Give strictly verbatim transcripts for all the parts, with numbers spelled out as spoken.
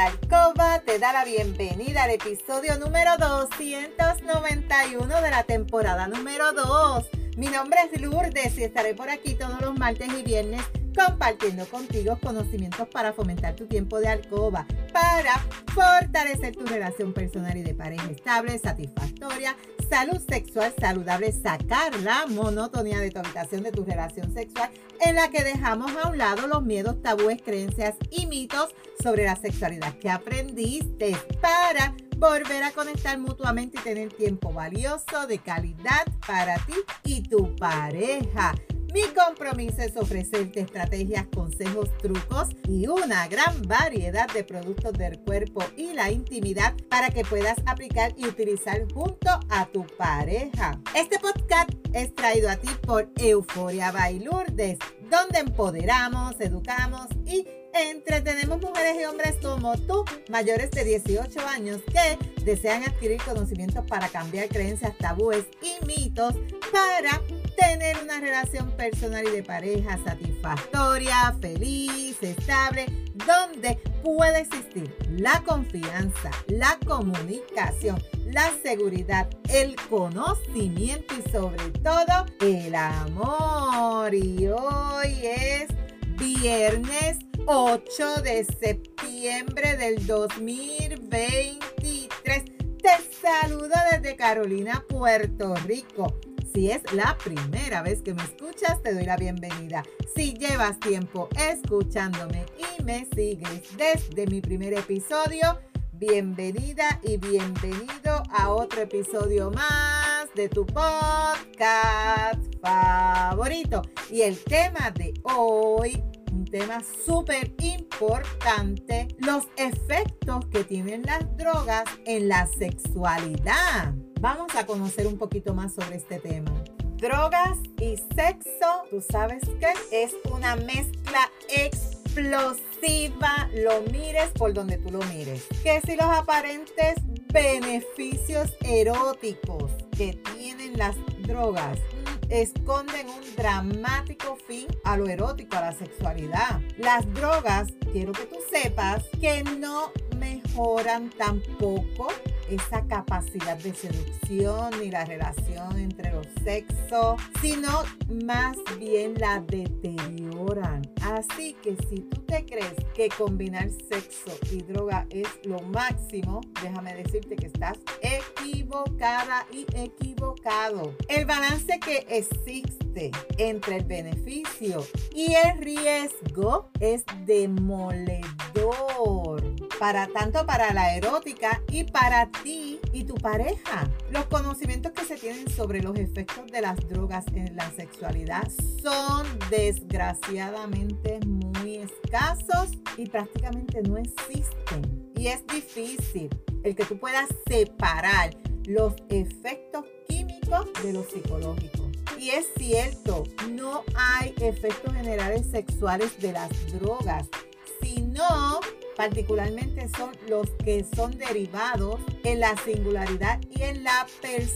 Alcoba te da la bienvenida al episodio número doscientos noventa y uno de la temporada número dos. Mi nombre es Lourdes y estaré por aquí todos los martes y viernes compartiendo contigo conocimientos para fomentar tu tiempo de alcoba, para fortalecer tu relación personal y de pareja estable, satisfactoria, salud sexual saludable, sacar la monotonía de tu habitación de tu relación sexual en la que dejamos a un lado los miedos, tabúes, creencias y mitos sobre la sexualidad que aprendiste, para volver a conectar mutuamente y tener tiempo valioso de calidad para ti y tu pareja. Mi compromiso es ofrecerte estrategias, consejos, trucos y una gran variedad de productos del cuerpo y la intimidad para que puedas aplicar y utilizar junto a tu pareja. Este podcast es traído a ti por Euforia by Lourdes, donde empoderamos, educamos y entretenemos mujeres y hombres como tú, mayores de dieciocho años, que desean adquirir conocimientos para cambiar creencias, tabúes y mitos para tener una relación personal y de pareja satisfactoria, feliz, estable, donde puede existir la confianza, la comunicación, la seguridad, el conocimiento y sobre todo el amor. Y hoy es viernes ocho de septiembre del dos mil veintitrés. Te saludo desde Carolina, Puerto Rico. Si es la primera vez que me escuchas, te doy la bienvenida. Si llevas tiempo escuchándome y me sigues desde mi primer episodio, bienvenida y bienvenido a otro episodio más de tu podcast favorito. Y el tema de hoy, un tema súper importante, los efectos que tienen las drogas en la sexualidad. Vamos a conocer un poquito más sobre este tema. Drogas y sexo, ¿tú sabes qué? Es una mezcla explosiva, lo mires por donde tú lo mires. Que si los aparentes beneficios eróticos que tienen las drogas esconden un dramático fin a lo erótico, a la sexualidad. Las drogas, quiero que tú sepas que no mejoran tampoco esa capacidad de seducción ni la relación entre los sexos, sino más bien la deterioran. Así que si tú te crees que combinar sexo y droga es lo máximo, déjame decirte que estás equivocada y equivocado. El balance que existe entre el beneficio y el riesgo es demoledor, para tanto para la erótica y para ti y tu pareja. Los conocimientos que se tienen sobre los efectos de las drogas en la sexualidad son desgraciadamente muy escasos y prácticamente no existen. Y es difícil el que tú puedas separar los efectos químicos de los psicológicos. Y es cierto, no hay efectos generales sexuales de las drogas, sino particularmente son los que son derivados en la singularidad y en la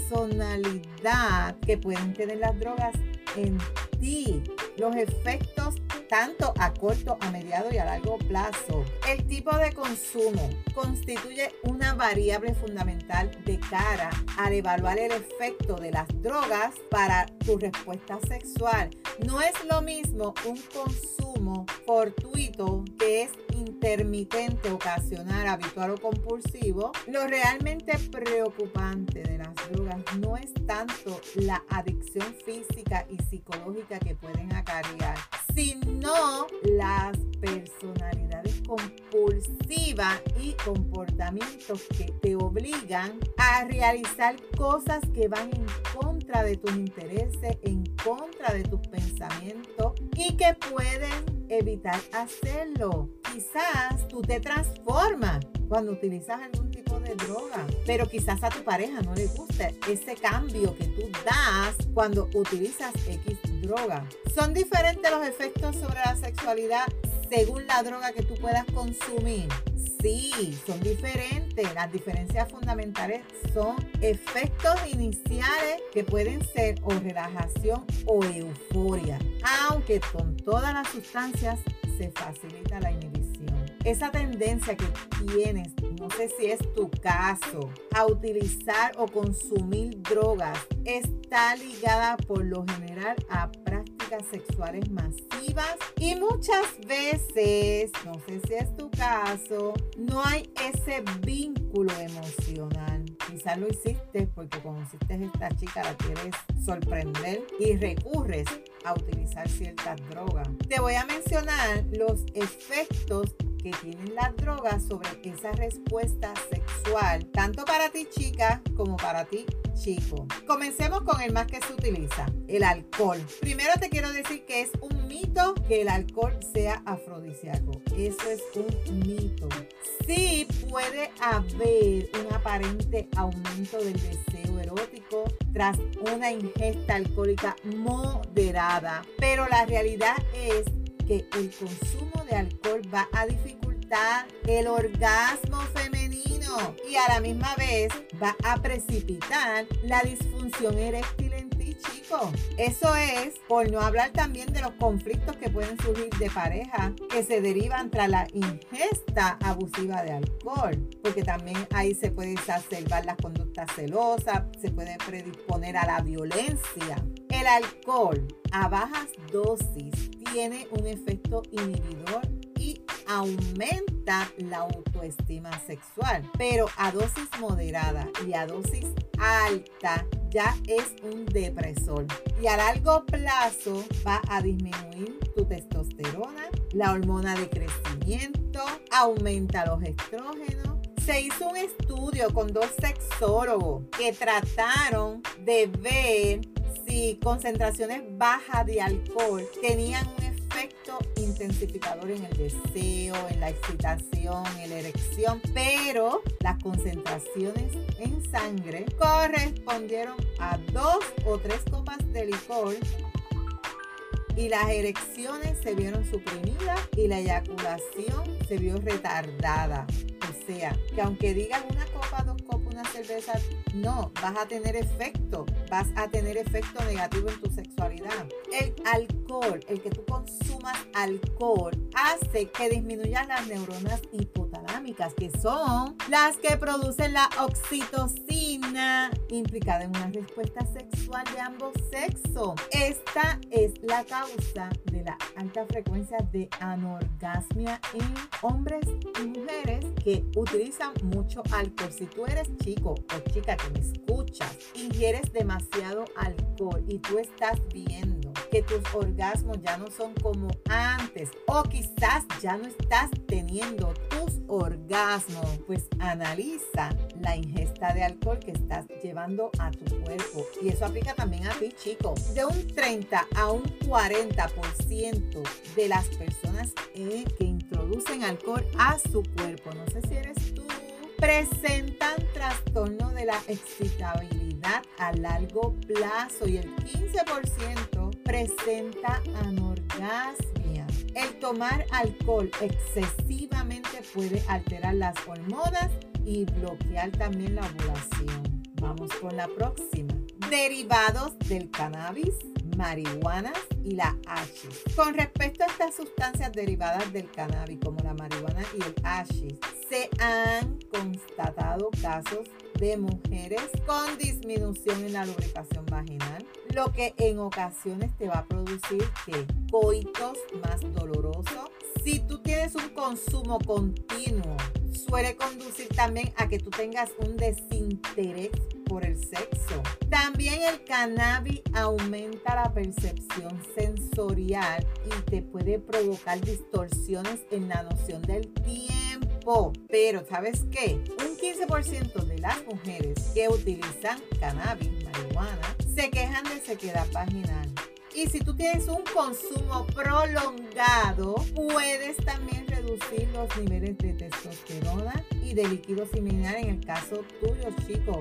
personalidad que pueden tener las drogas en ti. Los efectos tanto a corto, a mediano y a largo plazo. El tipo de consumo constituye una variable fundamental de cara al evaluar el efecto de las drogas para tu respuesta sexual. No es lo mismo un consumo fortuito que es intermitente, ocasional, habitual o compulsivo. Lo realmente preocupante de las drogas no es tanto la adicción física y psicológica que pueden acarrear, sino las personalidades compulsivas y comportamientos que te obligan a realizar cosas que van en contra de tus intereses, en contra de tus pensamientos y que pueden evitar hacerlo. Quizás tú te transformas cuando utilizas algún tipo de droga, pero quizás a tu pareja no le guste ese cambio que tú das cuando utilizas X droga. ¿Son diferentes los efectos sobre la sexualidad según la droga que tú puedas consumir? Sí, son diferentes. Las diferencias fundamentales son efectos iniciales que pueden ser o relajación o euforia, aunque con todas las sustancias se facilita la inhibición. esa tendencia que tienes, no sé si es tu caso, a utilizar o consumir drogas, está ligada por lo general a prácticas sexuales masivas y muchas veces, no sé si es tu caso, no hay ese vínculo emocional. Quizás lo hiciste porque conociste a esta chica, la quieres sorprender y recurres a utilizar ciertas drogas. Te voy a mencionar los efectos que tienen las drogas sobre esa respuesta sexual, tanto para ti chica como para ti chico. Comencemos con el más que se utiliza, el alcohol. Primero te quiero decir que es un mito que el alcohol sea afrodisíaco. Eso es un mito. Sí puede haber un aparente aumento del deseo erótico tras una ingesta alcohólica moderada, pero la realidad es que el consumo de alcohol va a dificultar el orgasmo femenino y a la misma vez va a precipitar la disfunción eréctil en ti, chico. Eso es por no hablar también de los conflictos que pueden surgir de pareja que se derivan tras la ingesta abusiva de alcohol, porque también ahí se puede exacerbar las conductas celosas, se puede predisponer a la violencia. El alcohol a bajas dosis tiene un efecto inhibidor y aumenta la autoestima sexual, pero a dosis moderada y a dosis alta ya es un depresor y a largo plazo va a disminuir tu testosterona, la hormona de crecimiento, aumenta los estrógenos. Se hizo un estudio con dos sexólogos que trataron de ver si concentraciones bajas de alcohol tenían un efecto intensificador en el deseo, en la excitación, en la erección, pero las concentraciones en sangre correspondieron a dos o tres copas de licor y las erecciones se vieron suprimidas y la eyaculación se vio retardada. O sea, que aunque digas una copa, dos copas, una cerveza, no, vas a tener efecto, vas a tener efecto negativo en tu sexualidad. El alcohol, el que tú consumas alcohol, hace que disminuyan las neuronas hipotalámicas, que son las que producen la oxitocina, implicada en una respuesta sexual de ambos sexos. Esta es la causa de la alta frecuencia de anorgasmia en hombres y mujeres que utilizan mucho alcohol. Si tú eres chico o chica que me escuchas, ingieres demasiado alcohol y tú estás viendo que tus orgasmos ya no son como antes o quizás ya no estás teniendo tus orgasmos, pues analiza la ingesta de alcohol que estás llevando a tu cuerpo. Y eso aplica también a ti, chico. De un treinta a un cuarenta por ciento de las personas eh, que introducen alcohol a su cuerpo, no sé si eres tú, presentan trastorno de la excitabilidad a largo plazo y el quince por ciento presenta anorgasmia. El tomar alcohol excesivamente puede alterar las hormonas y bloquear también la ovulación. Vamos con la próxima. Derivados del cannabis, marihuana y la hachís. Con respecto a estas sustancias derivadas del cannabis, como la marihuana y el hachís, se han constatado casos de mujeres con disminución en la lubricación vaginal, lo que en ocasiones te va a producir que coitos más dolorosos. Si tú tienes un consumo continuo, suele conducir también a que tú tengas un desinterés por el sexo. También el cannabis aumenta la percepción sensorial y te puede provocar distorsiones en la noción del tiempo. Pero ¿sabes qué? Un quince por ciento de las mujeres que utilizan cannabis, marihuana, se quejan de sequedad vaginal. Y si tú tienes un consumo prolongado, puedes también reducir los niveles de testosterona y de líquido seminal en el caso tuyo, chicos,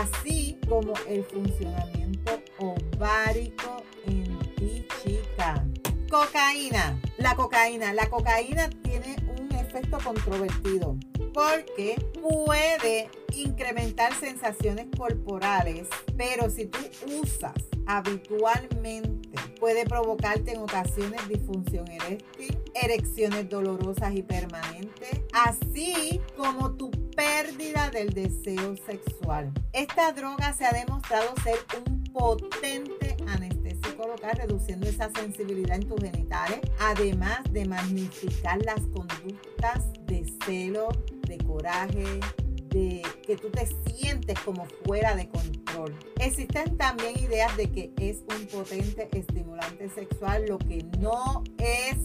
así como el funcionamiento ovárico en ti, chica. Cocaína. La cocaína. La cocaína tiene un efecto controvertido porque puede incrementar sensaciones corporales, pero si tú usas habitualmente puede provocarte en ocasiones disfunción eréctil, erecciones dolorosas y permanentes, así como tu pérdida del deseo sexual. Esta droga se ha demostrado ser un potente anestésico local, reduciendo esa sensibilidad en tus genitales, además de magnificar las conductas de celo, de coraje, de que tú te sientes como fuera de control. Existen también ideas de que es un potente estimulante sexual, lo que no es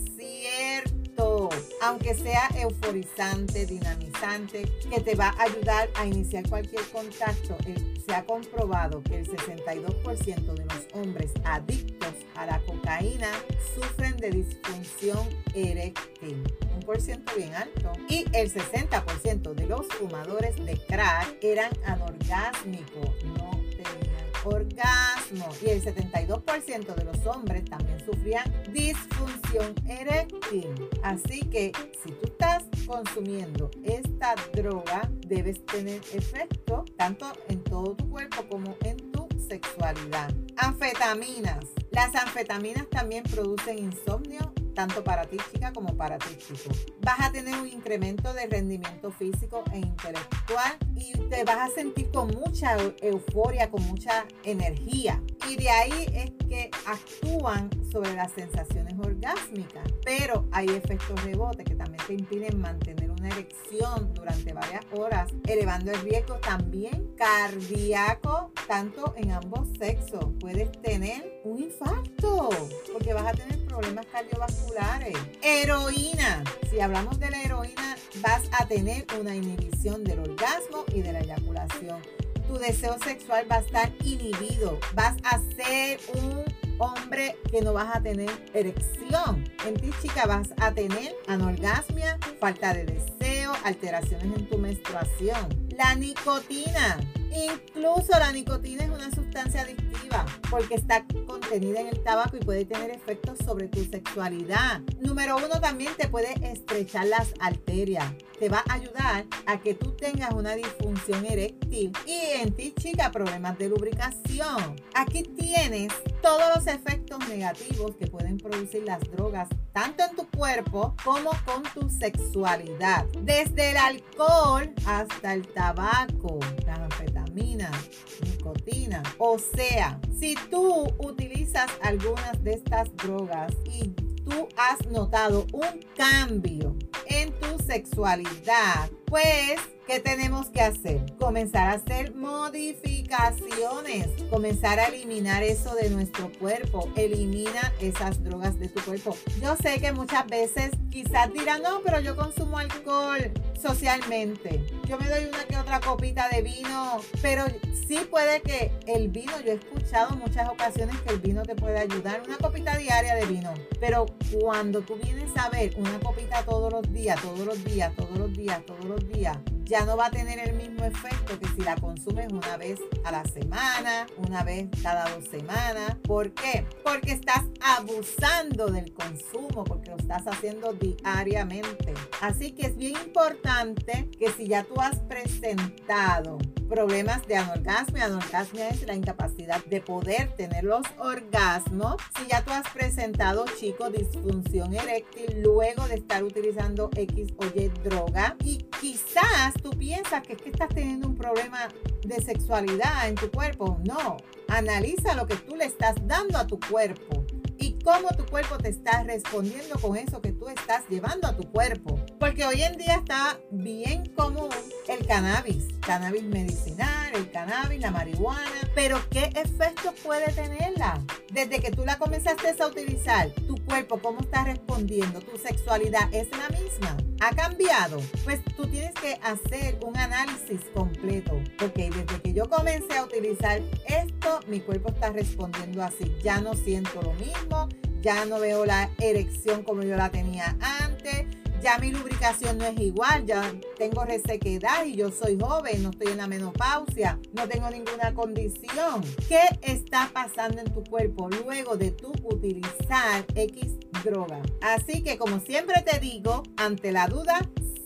cierto. Aunque sea euforizante, dinamizante, que te va a ayudar a iniciar cualquier contacto, se ha comprobado que el sesenta y dos por ciento de los hombres adictos a la cocaína sufren de disfunción eréctil, un por ciento bien alto, y el sesenta por ciento de los fumadores de crack eran anorgásmicos, no tenían orgasmo, y el setenta y dos por ciento de los hombres también sufrían disfunción eréctil. Así que si tú estás consumiendo esta droga, debes tener efecto tanto en todo tu cuerpo como en tu sexualidad. Anfetaminas. Las anfetaminas también producen insomnio, tanto para ti chica como para ti chico. Vas a tener un incremento de rendimiento físico e intelectual y te vas a sentir con mucha euforia, con mucha energía. Y de ahí es que actúan sobre las sensaciones orgásmicas. Pero hay efectos rebote que también te impiden mantener una erección durante varias horas, elevando el riesgo también cardíaco, tanto en ambos sexos. Puedes tener un infarto porque vas a tener problemas cardiovasculares. Heroína. Si hablamos de la heroína, vas a tener una inhibición del orgasmo y de la eyaculación. Tu deseo sexual va a estar inhibido. Vas a ser un hombre que no vas a tener erección. En ti, chica, vas a tener anorgasmia, falta de deseo, alteraciones en tu menstruación. La nicotina. Incluso la nicotina es una sustancia adictiva porque está contenida en el tabaco y puede tener efectos sobre tu sexualidad. Número uno, también te puede estrechar las arterias. Te va a ayudar a que tú tengas una disfunción eréctil y en ti, chica, problemas de lubricación. Aquí tienes todos los efectos negativos que pueden producir las drogas, tanto en tu cuerpo como con tu sexualidad. Desde el alcohol hasta el tabaco, las anfetaminas, nicotina. O sea, si tú utilizas algunas de estas drogas y tú has notado un cambio en tu sexualidad, pues, ¿qué tenemos que hacer? Comenzar a hacer modificaciones, comenzar a eliminar eso de nuestro cuerpo. Elimina esas drogas de tu cuerpo. Yo sé que muchas veces quizás dirán, no, pero yo consumo alcohol socialmente. Yo me doy una que otra copita de vino, pero sí puede que el vino, yo he escuchado muchas ocasiones que el vino te puede ayudar, una copita diaria de vino, pero cuando tú vienes a ver una copita todos los días, todos los días, todos los días, todos los días, ya no va a tener el mismo efecto que si la consumes una vez a la semana, una vez cada dos semanas. ¿Por qué? Porque estás abusando del consumo, porque lo estás haciendo diariamente. Así que es bien importante que si ya tú has presentado problemas de anorgasmia, anorgasmia es la incapacidad de poder tener los orgasmos. Si ya tú has presentado, chico, disfunción eréctil luego de estar utilizando X o Y droga y quizás tú piensas que es que estás teniendo un problema de sexualidad en tu cuerpo. No, analiza lo que tú le estás dando a tu cuerpo y cómo tu cuerpo te está respondiendo con eso que tú estás llevando a tu cuerpo. Porque hoy en día está bien común el cannabis, cannabis medicinal, el cannabis, la marihuana, pero ¿qué efectos puede tenerla? Desde que tú la comenzaste a utilizar, tu cuerpo, ¿cómo está respondiendo? ¿Tu sexualidad es la misma? ¿Ha cambiado? Pues tú tienes que hacer un análisis completo. Ok, desde que yo comencé a utilizar esto, mi cuerpo está respondiendo así. Ya no siento lo mismo, ya no veo la erección como yo la tenía antes, ya mi lubricación no es igual, ya tengo resequedad y yo soy joven, no estoy en la menopausia, no tengo ninguna condición. ¿Qué está pasando en tu cuerpo luego de tú utilizar X droga? Así que, como siempre te digo, ante la duda,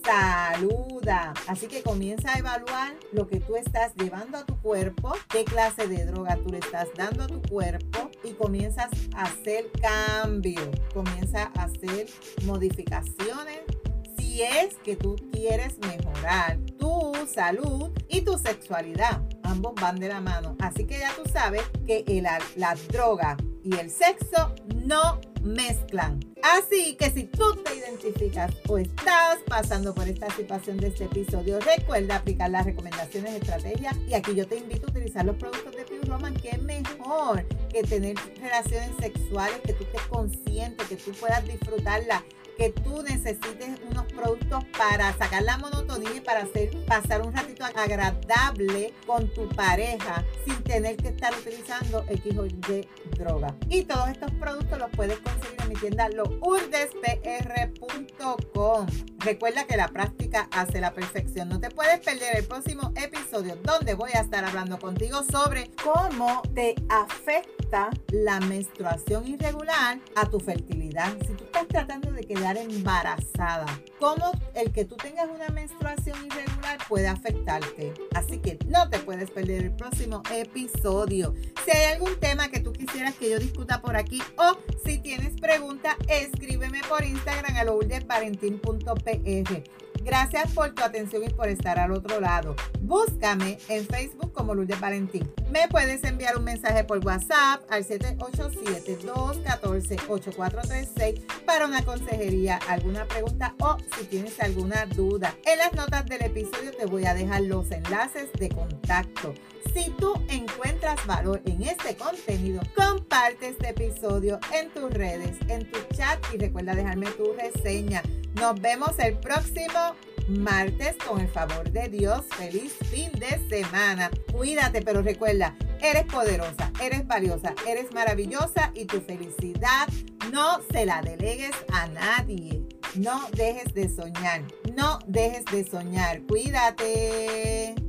saluda. Así que comienza a evaluar lo que tú estás llevando a tu cuerpo, qué clase de droga tú le estás dando a tu cuerpo y comienzas a hacer cambios, comienza a hacer modificaciones si es que tú quieres mejorar tu salud y tu sexualidad. Ambos van de la mano. Así que ya tú sabes que el, la droga y el sexo no mezclan. Así que si tú te identificas o estás pasando por esta situación de este episodio, recuerda aplicar las recomendaciones, estrategias, y aquí yo te invito a utilizar los productos de Pure Roman, que es mejor que tener relaciones sexuales, que tú estés consciente, que tú puedas disfrutarla, que tú necesites unos productos para sacar la monotonía y para hacer pasar un ratito agradable con tu pareja sin tener que estar utilizando X o Y droga. Y todos estos productos los puedes conseguir en mi tienda lourdes p r punto com. Recuerda que la práctica hace la perfección. No te puedes perder el próximo episodio donde voy a estar hablando contigo sobre cómo te afecta la menstruación irregular a tu fertilidad. Si tú estás tratando de quedar embarazada, cómo el que tú tengas una menstruación irregular puede afectarte. Así que no te puedes perder el próximo episodio. Si hay algún tema que tú quisieras que yo discuta por aquí, o si tienes preguntas, escríbeme por Instagram a lourdes valentín punto p r. Gracias por tu atención y por estar al otro lado. Búscame en Facebook como Lourdes Valentín. Me puedes enviar un mensaje por WhatsApp al siete ocho siete, dos uno cuatro, ocho cuatro tres seis para una consejería, alguna pregunta o si tienes alguna duda. En las notas del episodio te voy a dejar los enlaces de contacto. Si tú encuentras valor en este contenido, comparte este episodio en tus redes, en tu chat y recuerda dejarme tu reseña. Nos vemos el próximo martes con el favor de Dios. Feliz fin de semana. Cuídate, pero recuerda, eres poderosa, eres valiosa, eres maravillosa y tu felicidad no se la delegues a nadie. No dejes de soñar, no dejes de soñar. Cuídate.